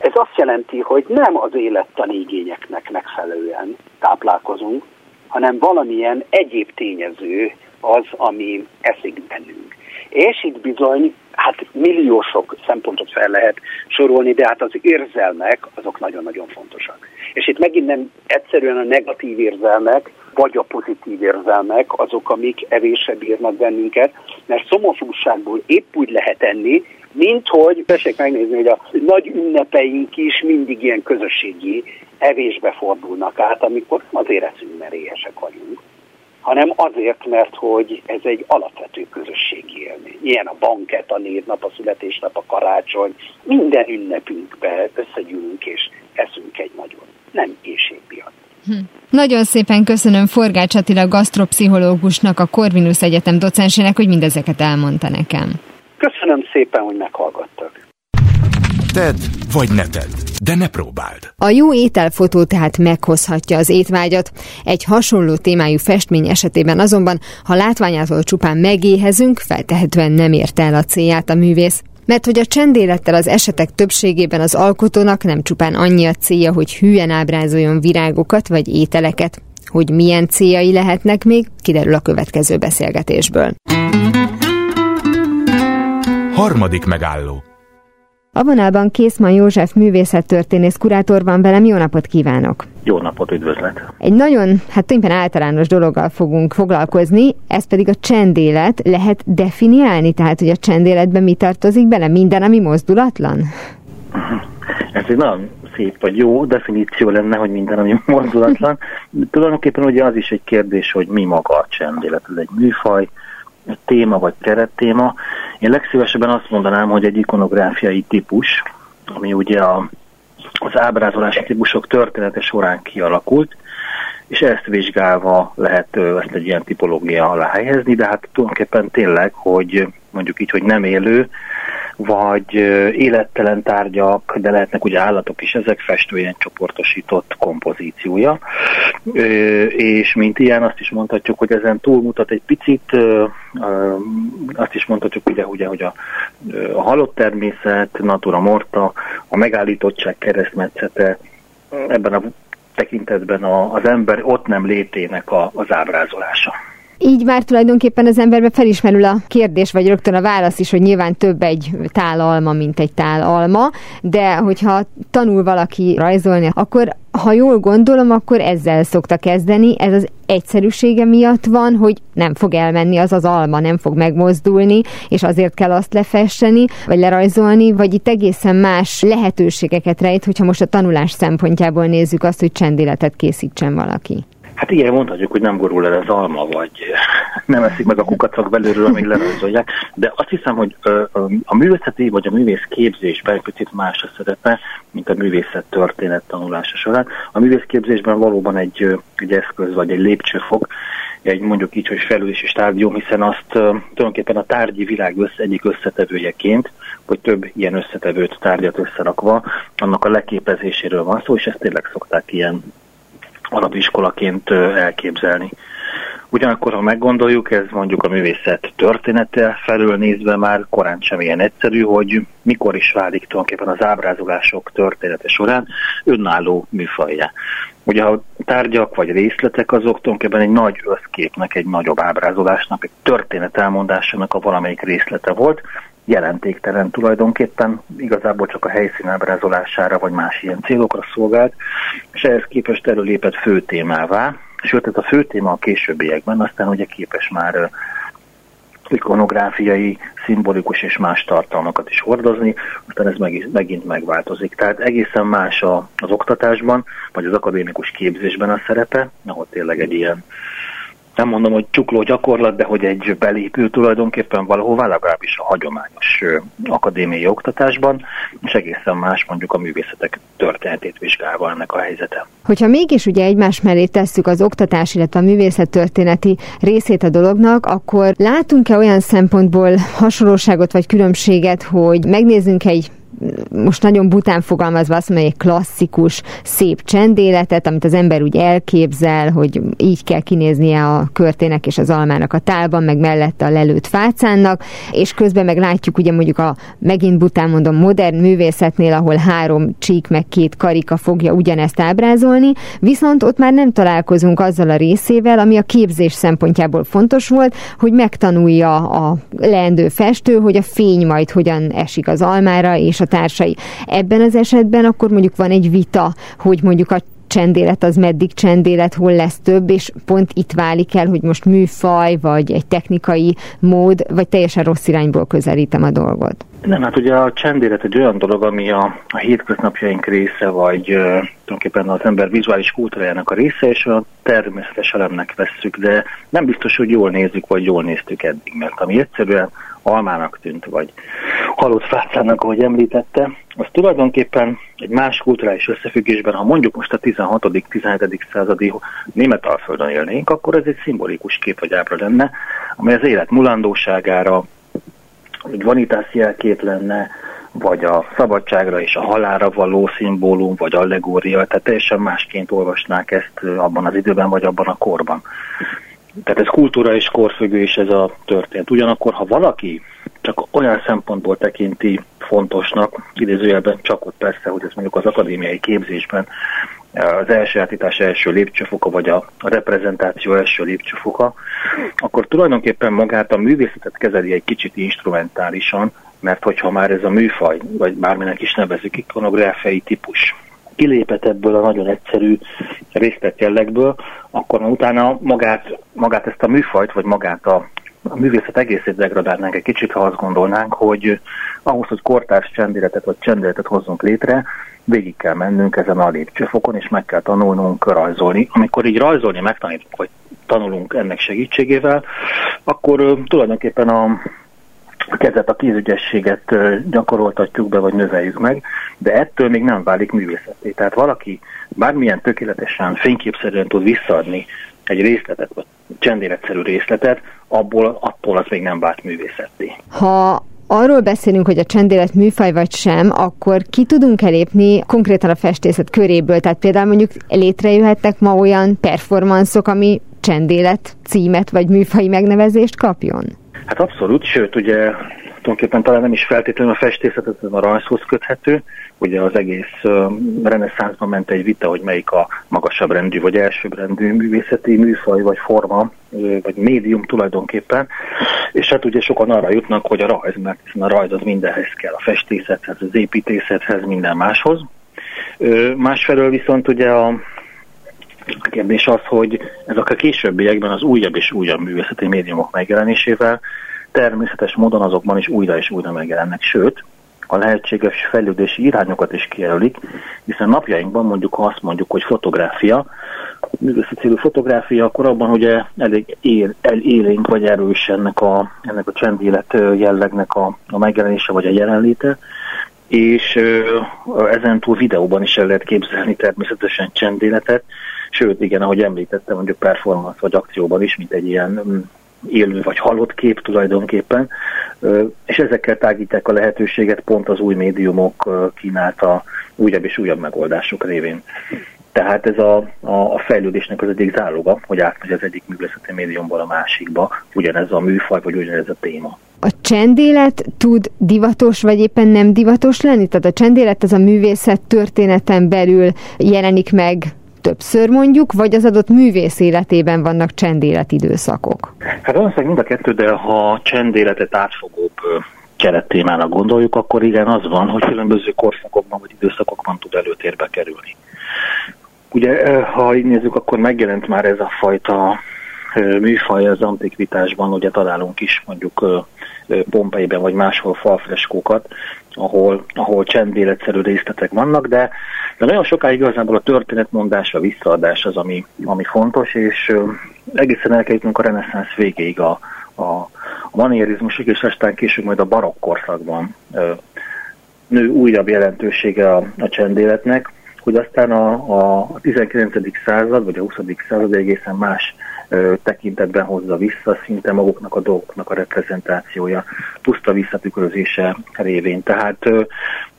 Ez azt jelenti, hogy nem az élettani igényeknek megfelelően táplálkozunk, hanem valamilyen egyéb tényező az, ami eszik bennünk. És itt bizony, hát milliósok szempontot fel lehet sorolni, de hát az érzelmek, azok nagyon-nagyon fontosak. És itt megint nem egyszerűen a negatív érzelmek, vagy a pozitív érzelmek azok, amik evésre bírnak bennünket, mert szomorúságból épp úgy lehet enni, mint hogy, tessék megnézni, hogy a nagy ünnepeink is mindig ilyen közösségi evésbe fordulnak át, amikor azért eszünk, mert éhesek vagyunk, hanem azért, mert hogy ez egy alapvető közösségi élmény. Ilyen a banket, a névnap, a születésnap, a karácsony, minden ünnepünkbe összegyűlünk és eszünk egy nagyon, nem éhség miatt. Hm. Nagyon szépen köszönöm Forgács Attila gasztropszichológusnak, a Corvinus Egyetem docensének, hogy mindezeket elmondta nekem. Köszönöm szépen, hogy meghallgattak. Tedd vagy ne tedd, de ne próbáld. A jó ételfotó tehát meghozhatja az étvágyat. Egy hasonló témájú festmény esetében azonban, ha látványától csupán megéhezünk, feltehetően nem érte el a célját a művész. Mert hogy a csendélettel az esetek többségében az alkotónak nem csupán annyi a célja, hogy hülyen ábrázoljon virágokat vagy ételeket. Hogy milyen céljai lehetnek még, kiderül a következő beszélgetésből. Harmadik megálló. A vonalban Készman József művészettörténész kurátor van velem, jó napot kívánok! Jó napot, üdvözlet! Egy nagyon, hát tulajdonképpen általános dologgal fogunk foglalkozni, ez pedig a csendélet. Lehet definiálni, tehát, hogy a csendéletben mi tartozik bele? Minden, ami mozdulatlan? Ez egy nagyon szép vagy jó definíció lenne, hogy minden, ami mozdulatlan. Tulajdonképpen ugye az is egy kérdés, hogy mi maga a csendélet. Ez egy műfaj, egy téma vagy kerettéma. Én legszívesebben azt mondanám, hogy egy ikonográfiai típus, ami ugye a, az ábrázolási típusok története során kialakult, és ezt vizsgálva lehet ezt egy ilyen tipológia alá helyezni, de hát tulajdonképpen tényleg, hogy mondjuk így, hogy nem élő, vagy élettelen tárgyak, de lehetnek ugye állatok is, ezek festőjen csoportosított kompozíciója. És mint ilyen azt is mondhatjuk, hogy ezen túlmutat egy picit, azt is mondhatjuk ugye, ugye hogy a, a halott természet, natura morta, a megállítottság keresztmetszete, ebben a tekintetben a, az ember ott nem létének a, az ábrázolása. Így már tulajdonképpen az emberbe felismerül a kérdés, vagy rögtön a válasz is, hogy nyilván több egy tál alma, mint egy tál alma, de hogyha tanul valaki rajzolni, akkor ha jól gondolom, akkor ezzel szokta kezdeni. Ez az egyszerűsége miatt van, hogy nem fog elmenni az az alma, nem fog megmozdulni, és azért kell azt lefesteni, vagy lerajzolni, vagy itt egészen más lehetőségeket rejt, hogyha most a tanulás szempontjából nézzük azt, hogy csendéletet készítsen valaki. Hát igen, mondhatjuk, hogy nem gurul el az alma, vagy nem eszik meg a kukacok belülről, amíg lerajzolják, de azt hiszem, hogy a művészeti vagy a művész képzésben picit más a szerepe, mint a művészet történet tanulása során. A művészképzésben valóban egy, egy eszköz vagy egy lépcsőfok, egy mondjuk így, hogy felülési stádium, hiszen azt tulajdonképpen a tárgyi világ össze, egyik összetevőjeként, vagy több ilyen összetevőt, tárgyat összerakva, annak a leképezéséről van szó, és ezt tényleg szokták ilyen alapiskolaként elképzelni. Ugyanakkor, ha meggondoljuk, ez mondjuk a művészet története felől nézve már korán sem ilyen egyszerű, hogy mikor is válik tulajdonképpen az ábrázolások története során önálló műfajjá. Ugye a tárgyak vagy részletek azok tulajdonképpen egy nagy összképnek, egy nagyobb ábrázolásnak, egy történet elmondásának a valamelyik részlete volt, jelentéktelen tulajdonképpen, igazából csak a helyszín ábrázolására vagy más ilyen célokra szolgált, és ehhez képest előlépett főtémává, sőt ez a főtéma a későbbiekben aztán ugye képes már ikonográfiai, szimbolikus és más tartalmakat is hordozni, aztán ez meg, megint megváltozik. Tehát egészen más a, az oktatásban, vagy az akadémikus képzésben a szerepe, ahol tényleg egy ilyen, nem mondom, hogy csukló gyakorlat, de hogy egy belépő tulajdonképpen valahová, legalábbis a hagyományos ö, akadémiai oktatásban, és egészen más mondjuk a művészetek történetét vizsgálva ennek a helyzete. Hogyha mégis ugye egymás mellé tesszük az oktatás, illetve a művészettörténeti részét a dolognak, akkor látunk-e olyan szempontból hasonlóságot vagy különbséget, hogy megnézzünk egy most nagyon bután fogalmazva azt mondja, egy klasszikus, szép csendéletet, amit az ember úgy elképzel, hogy így kell kinéznie a körtének és az almának a tálban, meg mellette a lelőtt fácánnak, és közben meg látjuk ugye mondjuk a, megint bután mondom, modern művészetnél, ahol három csík meg két karika fogja ugyanezt ábrázolni, viszont ott már nem találkozunk azzal a részével, ami a képzés szempontjából fontos volt, hogy megtanulja a leendő festő, hogy a fény majd hogyan esik az almára és a társai. Ebben az esetben akkor mondjuk van egy vita, hogy mondjuk a csendélet az meddig csendélet, hol lesz több, és pont itt válik el, hogy most műfaj, vagy egy technikai mód, vagy teljesen rossz irányból közelítem a dolgot. Nem, hát ugye a csendélet egy olyan dolog, ami a, a hétköznapjaink része, vagy uh, tulajdonképpen az ember vizuális kultúrájának a része, és a természetes elemnek vesszük, de nem biztos, hogy jól nézzük, vagy jól néztük eddig, mert ami egyszerűen almának tűnt, vagy halott fácának, ahogy említette, az tulajdonképpen egy más kulturális összefüggésben, ha mondjuk most a tizenhatodik-tizenhetedik századi Németalföldön élnénk, akkor ez egy szimbolikus kép vagy ábra lenne, amely az élet mulandóságára, egy vanitas jelkép lenne, vagy a szabadságra és a halálra való szimbólum, vagy allegória, tehát teljesen másként olvasnák ezt abban az időben, vagy abban a korban. Tehát ez kultúra és korfüggő is ez a történet. Ugyanakkor, ha valaki csak olyan szempontból tekinti fontosnak, idézőjelben csak ott persze, hogy ez mondjuk az akadémiai képzésben az elsajátítás első lépcsőfoka, vagy a reprezentáció első lépcsőfoka, akkor tulajdonképpen magát a művészetet kezeli egy kicsit instrumentálisan, mert hogyha már ez a műfaj, vagy bárminek is nevezzük, ikonográfiai típus kilépett ebből a nagyon egyszerű részlet jellegből, akkor utána magát, magát ezt a műfajt, vagy magát a, a művészet egészét degradálnánk egy kicsit, ha azt gondolnánk, hogy ahhoz, hogy kortárs csendéletet vagy csendéletet hozzunk létre, végig kell mennünk ezen a lépcsőfokon, és meg kell tanulnunk rajzolni. Amikor így rajzolni megtanítunk, vagy tanulunk ennek segítségével, akkor uh, tulajdonképpen a a kezet, a kézügyességet gyakoroltatjuk be, vagy növeljük meg, de ettől még nem válik művészetté. Tehát valaki bármilyen tökéletesen, fényképszerűen tud visszaadni egy részletet, vagy csendéletszerű részletet, abból, attól az még nem vált művészetté. Ha arról beszélünk, hogy a csendélet műfaj vagy sem, akkor ki tudunk elépni konkrétan a festészet köréből? Tehát például mondjuk létrejöhetnek ma olyan performanszok, ami csendélet címet vagy műfaji megnevezést kapjon? Hát abszolút, sőt, ugye tulajdonképpen talán nem is feltétlenül a festészet, ez a rajzhoz köthető. Ugye az egész uh, reneszánszban ment egy vita, hogy melyik a magasabb rendű, vagy elsőbb rendű művészeti műfaj, vagy forma, vagy médium tulajdonképpen. És hát ugye sokan arra jutnak, hogy a rajz, mert a rajz az mindenhez kell, a festészethez, az építészethez, minden máshoz. Uh, másfelől viszont ugye a A kérdés az, hogy ezek a későbbiekben az újabb és újabb művészeti médiumok megjelenésével természetes módon azokban is újra és újra megjelennek, sőt, a lehetséges fejlődési irányokat is kijelölik, hiszen napjainkban mondjuk, ha azt mondjuk, hogy fotográfia, művészeti célú fotográfia, akkor abban ugye elég él, elélénk vagy erős ennek a, ennek a csendélet jellegnek a, a megjelenése vagy a jelenléte, és ezen túl videóban is el lehet képzelni természetesen csendéletet, sőt, igen, ahogy említettem, mondjuk performance vagy akcióban is, mint egy ilyen élő vagy halott kép tulajdonképpen, és ezekkel tágítják a lehetőséget pont az új médiumok kínálta újabb és újabb megoldások révén. Tehát ez a, a fejlődésnek az egyik záloga, hogy átmegy az egyik művészeti médiumból a másikba, ugyanez a műfaj, vagy ugyanez a téma. A csendélet tud divatos, vagy éppen nem divatos lenni? Tehát a csendélet az a művészet történeten belül jelenik meg többször mondjuk, vagy az adott művész életében vannak csendéletidőszakok? Hát valószínűleg mind a kettő, de ha csendéletet átfogóbb kerettémának gondoljuk, akkor igen, az van, hogy különböző korszakokban vagy időszakokban tud előtérbe kerülni. Ugye, ha így nézzük, akkor megjelent már ez a fajta műfaj az antikvitásban, ugye találunk is mondjuk Pompeiben vagy máshol falfreskókat, ahol, ahol csendéletszerű részletek vannak, de, de nagyon sokáig igazából a történetmondás, a visszaadás az, ami, ami fontos, és egészen el kell jutnunk a reneszánsz végéig a, a, a manierizmusig, és aztán később majd a barokk korszakban nő újabb jelentősége a, a csendéletnek, hogy aztán a, a tizenkilencedik század, vagy a huszadik század egészen más ö, tekintetben hozza vissza szinte maguknak a dolgoknak a reprezentációja, puszta visszatükrözése révén. Tehát ö,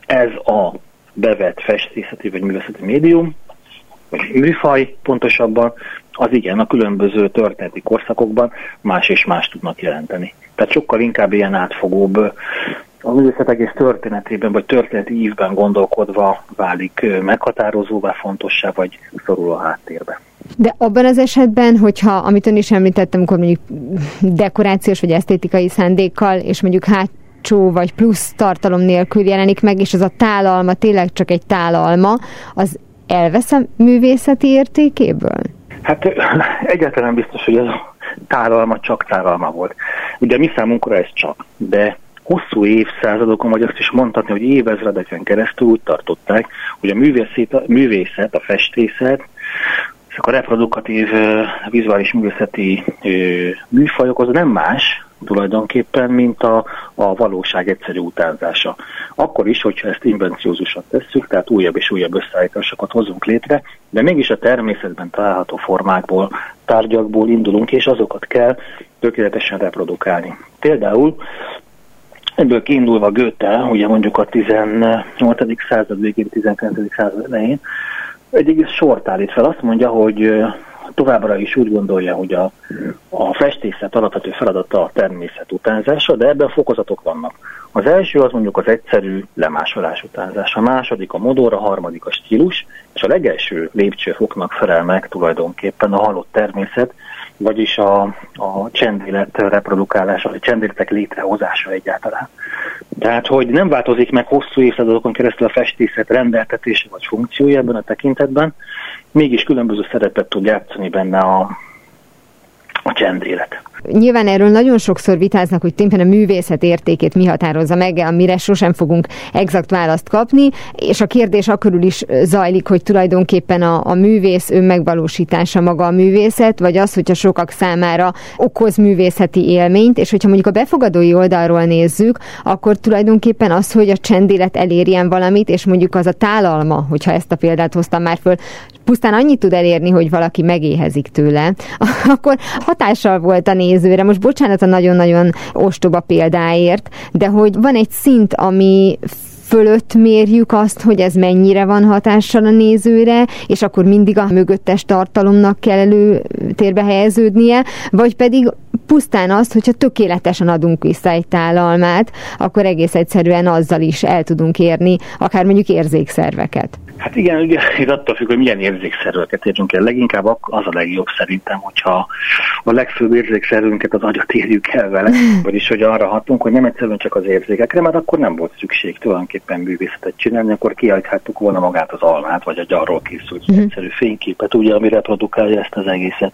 ez a bevett festészeti vagy művészeti médium, vagy műfaj pontosabban, az igen, a különböző történeti korszakokban más és más tudnak jelenteni. Tehát sokkal inkább ilyen átfogóbb, a művészet egész történetében, vagy történeti ívben gondolkodva válik meghatározóvá, fontossá, vagy szorul a háttérbe. De abban az esetben, hogyha, amit ön is említettem, amikor mondjuk dekorációs vagy esztétikai szándékkal, és mondjuk hátsó vagy plusz tartalom nélkül jelenik meg, és az a tálalma tényleg csak egy tálalma, az elvesz a művészeti értékéből? Hát egyáltalán biztos, hogy ez a tálalma csak tálalma volt. Ugye mi számunkra ez csak, de hosszú évszázadokon, vagy azt is mondhatni, hogy évezredeken keresztül úgy tartották, hogy a művészet, a, művészet, a festészet, ezek a reprodukatív vizuális művészeti műfajok, az nem más tulajdonképpen, mint a, a valóság egyszerű utánzása. Akkor is, hogyha ezt invenciózusan tesszük, tehát újabb és újabb összeállításokat hozunk létre, de mégis a természetben található formákból, tárgyakból indulunk, és azokat kell tökéletesen reprodukálni. Például ebből kiindulva Goethe, ugye mondjuk a tizennyolcadik század végén, tizenkilencedik század elején, egy egész sort állít fel. Azt mondja, hogy továbbra is úgy gondolja, hogy a, a festészet alapvető feladata a természet utánzása, de ebben fokozatok vannak. Az első az mondjuk az egyszerű lemásolás utánzása, a második a modor, a harmadik a stílus, és a legelső lépcsőfoknak felel meg tulajdonképpen a halott természet, vagyis a, a csendélet reprodukálása, vagy csendéletek létrehozása egyáltalán. Tehát, hogy nem változik meg hosszú évszázadokon keresztül a festészet rendeltetése vagy funkciója ebben a tekintetben, mégis különböző szerepet tud játszani benne a, a csendélet. Nyilván erről nagyon sokszor vitáznak, hogy tényleg a művészet értékét mi határozza meg, amire sosem fogunk exakt választ kapni, és a kérdés akkörül is zajlik, hogy tulajdonképpen a, a művész önmegvalósítása maga a művészet, vagy az, hogyha sokak számára okoz művészeti élményt, és hogyha mondjuk a befogadói oldalról nézzük, akkor tulajdonképpen az, hogy a csendélet elérjen valamit, és mondjuk az a tálalma, hogyha ezt a példát hoztam már föl, pusztán annyit tud elérni, hogy valaki megéhezik tőle, akkor hatással volt a nézőre. Most bocsánat a nagyon-nagyon ostoba példáért, de hogy van egy szint, ami fölött mérjük azt, hogy ez mennyire van hatással a nézőre, és akkor mindig a mögöttes tartalomnak kell előtérbe helyeződnie, vagy pedig pusztán azt, hogyha tökéletesen adunk vissza egy tálalmát, akkor egész egyszerűen azzal is el tudunk érni akár mondjuk érzékszerveket. Hát igen, ugye ez attól függ, hogy milyen érzékszerveket érjünk el. Leginkább az a legjobb szerintem, hogyha a legfőbb érzékszervünket, az agyat érjük el vele, vagyis hogy arra hatunk, hogy nem egyszerűen csak az érzékekre, mert akkor nem volt szükség tulajdonképpen művészetet csinálni, akkor kiajthattuk volna magát az almát, vagy a gyarról készült mm. egyszerű fényképet, ugye, ami reprodukálja ezt az egészet.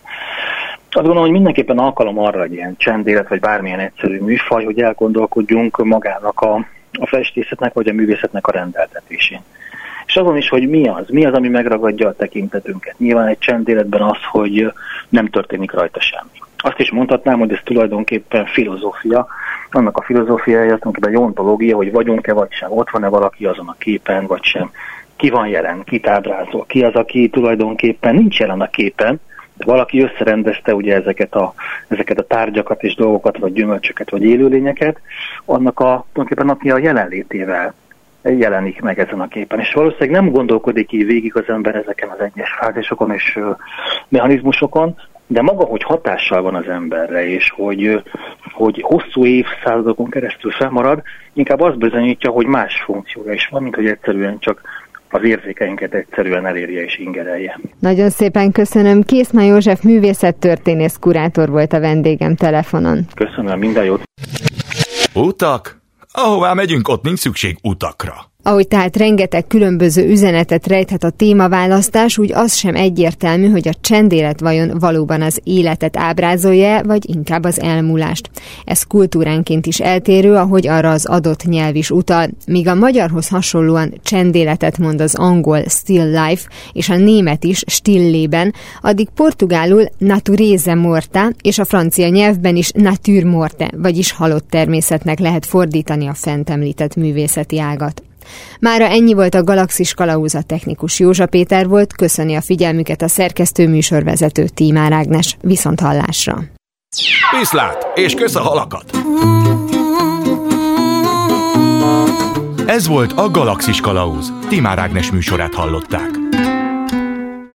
Azt gondolom, hogy mindenképpen alkalom arra, egy ilyen csendélet, vagy bármilyen egyszerű műfaj, hogy elgondolkodjunk magának a, a festészetnek, vagy a művészetnek a rendeltetésén. És azon is, hogy mi az, mi az, ami megragadja a tekintetünket. Nyilván egy csendéletben az, hogy nem történik rajta semmi. Azt is mondhatnám, hogy ez tulajdonképpen filozófia. Annak a filozófiája, tulajdonképpen egy ontológia, hogy vagyunk-e vagy sem, ott van-e valaki azon a képen, vagy sem. Ki van jelen, kit ábrázol, ki az, aki tulajdonképpen nincs jelen a képen, de valaki összerendezte ugye ezeket a, ezeket a tárgyakat és dolgokat, vagy gyümölcsöket, vagy élőlényeket, annak a, tulajdonképpen aki a jelenlétével jelenik meg ezen a képen. És valószínűleg nem gondolkodik így végig az ember ezeken az egyes fázisokon és uh, mechanizmusokon, de maga, hogy hatással van az emberre, és hogy, uh, hogy hosszú évszázadokon keresztül felmarad, inkább azt bizonyítja, hogy más funkciója is van, mint hogy egyszerűen csak az érzékeinket egyszerűen elérje és ingerelje. Nagyon szépen köszönöm. Készmá József művészettörténész kurátor volt a vendégem telefonon. Köszönöm, minden jót. Utak? Ahová megyünk, ott nincs szükség utakra. Ahogy tehát rengeteg különböző üzenetet rejthet a témaválasztás, úgy az sem egyértelmű, hogy a csendélet vajon valóban az életet ábrázolja, vagy inkább az elmúlást. Ez kultúránként is eltérő, ahogy arra az adott nyelv is utal, míg a magyarhoz hasonlóan csendéletet mond az angol still life, és a német is stillében, addig portugálul natureze morta, és a francia nyelvben is nature morte, vagyis halott természetnek lehet fordítani a fent említett művészeti ágat. Mára ennyi volt a Galaxis Kalauza, technikus Józsa Péter volt, köszöni a figyelmüket a szerkesztő műsorvezető Tímár Ágnes. Viszont hallásra! Viszlát, és kösz a halakat! Ez volt a Galaxis Kalauz. Timár Ágnes műsorát hallották.